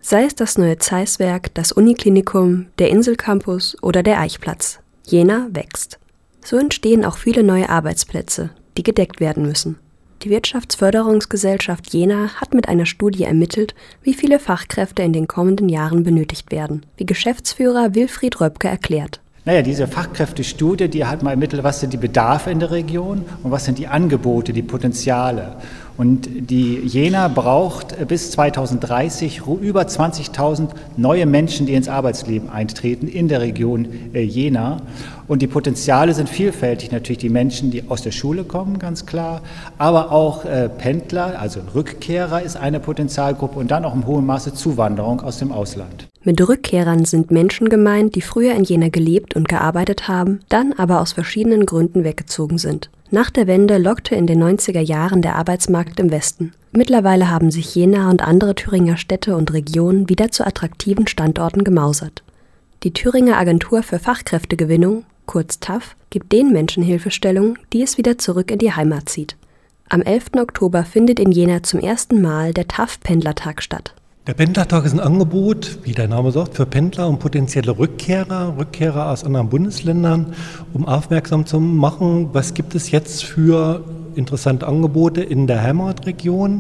Sei es das neue Zeisswerk, das Uniklinikum, der Inselcampus oder der Eichplatz. Jena wächst. So entstehen auch viele neue Arbeitsplätze, die gedeckt werden müssen. Die Wirtschaftsförderungsgesellschaft Jena hat mit einer Studie ermittelt, wie viele Fachkräfte in den kommenden Jahren benötigt werden, wie Geschäftsführer Wilfried Röpke erklärt. Diese Fachkräftestudie, die hat mal ermittelt, was sind die Bedarfe in der Region und was sind die Angebote, die Potenziale. Und die Jena braucht bis 2030 über 20.000 neue Menschen, die ins Arbeitsleben eintreten in der Region Jena. Und die Potenziale sind vielfältig, natürlich die Menschen, die aus der Schule kommen, ganz klar, aber auch Pendler, also Rückkehrer ist eine Potenzialgruppe und dann auch im hohen Maße Zuwanderung aus dem Ausland. Mit Rückkehrern sind Menschen gemeint, die früher in Jena gelebt und gearbeitet haben, dann aber aus verschiedenen Gründen weggezogen sind. Nach der Wende lockte in den 90er Jahren der Arbeitsmarkt im Westen. Mittlerweile haben sich Jena und andere Thüringer Städte und Regionen wieder zu attraktiven Standorten gemausert. Die Thüringer Agentur für Fachkräftegewinnung, kurz TAF, gibt den Menschen Hilfestellung, die es wieder zurück in die Heimat zieht. Am 11. Oktober findet in Jena zum ersten Mal der TAF-Pendlertag statt. Der Pendlertag ist ein Angebot, wie der Name sagt, für Pendler und potenzielle Rückkehrer aus anderen Bundesländern, um aufmerksam zu machen, was gibt es jetzt für interessante Angebote in der Heimatregion.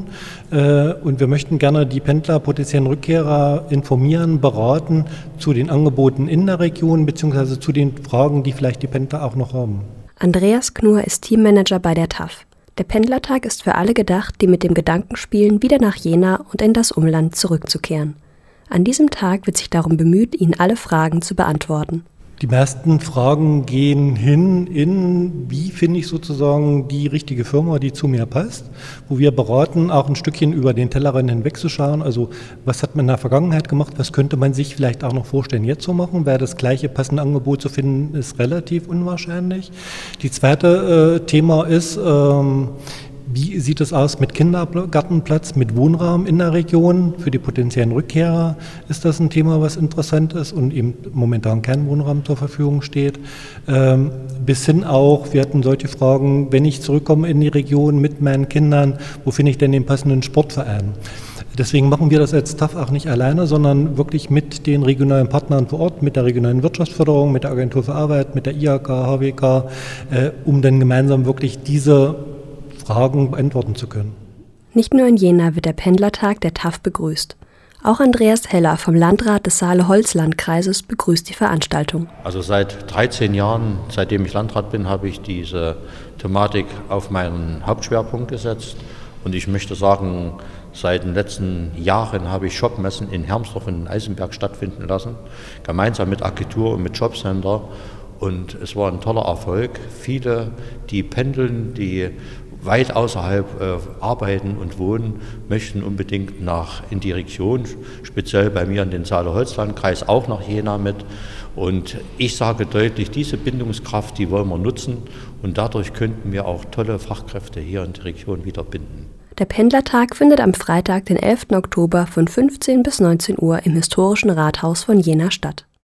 Und wir möchten gerne die Pendler, potenziellen Rückkehrer informieren, beraten zu den Angeboten in der Region bzw. zu den Fragen, die vielleicht die Pendler auch noch haben. Andreas Knur ist Teammanager bei der TAF. Der Pendlertag ist für alle gedacht, die mit dem Gedanken spielen, wieder nach Jena und in das Umland zurückzukehren. An diesem Tag wird sich darum bemüht, Ihnen alle Fragen zu beantworten. Die meisten Fragen gehen hin in, wie finde ich sozusagen die richtige Firma, die zu mir passt, wo wir beraten, auch ein Stückchen über den Tellerrand hinwegzuschauen. Also was hat man in der Vergangenheit gemacht, was könnte man sich vielleicht auch noch vorstellen, jetzt zu machen, weil das gleiche passende Angebot zu finden, ist relativ unwahrscheinlich. Die zweite Thema ist, wie sieht es aus mit Kindergartenplatz, mit Wohnraum in der Region? Für die potenziellen Rückkehrer ist das ein Thema, was interessant ist und eben momentan kein Wohnraum zur Verfügung steht. Bis hin auch, wir hatten solche Fragen, wenn ich zurückkomme in die Region mit meinen Kindern, wo finde ich denn den passenden Sportverein? Deswegen machen wir das als TAF auch nicht alleine, sondern wirklich mit den regionalen Partnern vor Ort, mit der regionalen Wirtschaftsförderung, mit der Agentur für Arbeit, mit der IHK, HWK, um dann gemeinsam wirklich diese Fragen beantworten zu können. Nicht nur in Jena wird der Pendlertag der TAF begrüßt. Auch Andreas Heller vom Landrat des Saale-Holz-Landkreises begrüßt die Veranstaltung. Also seit 13 Jahren, seitdem ich Landrat bin, habe ich diese Thematik auf meinen Hauptschwerpunkt gesetzt. Und ich möchte sagen, seit den letzten Jahren habe ich Jobmessen in Hermsdorf und in Eisenberg stattfinden lassen, gemeinsam mit Agentur und mit Jobcenter. Und es war ein toller Erfolg. Viele, die pendeln, die weit außerhalb arbeiten und wohnen, möchten unbedingt in die Region, speziell bei mir in den Saale-Holz-Landkreis, auch nach Jena mit. Und ich sage deutlich, diese Bindungskraft, die wollen wir nutzen und dadurch könnten wir auch tolle Fachkräfte hier in die Region wieder binden. Der Pendlertag findet am Freitag, den 11. Oktober von 15 bis 19 Uhr im historischen Rathaus von Jena statt.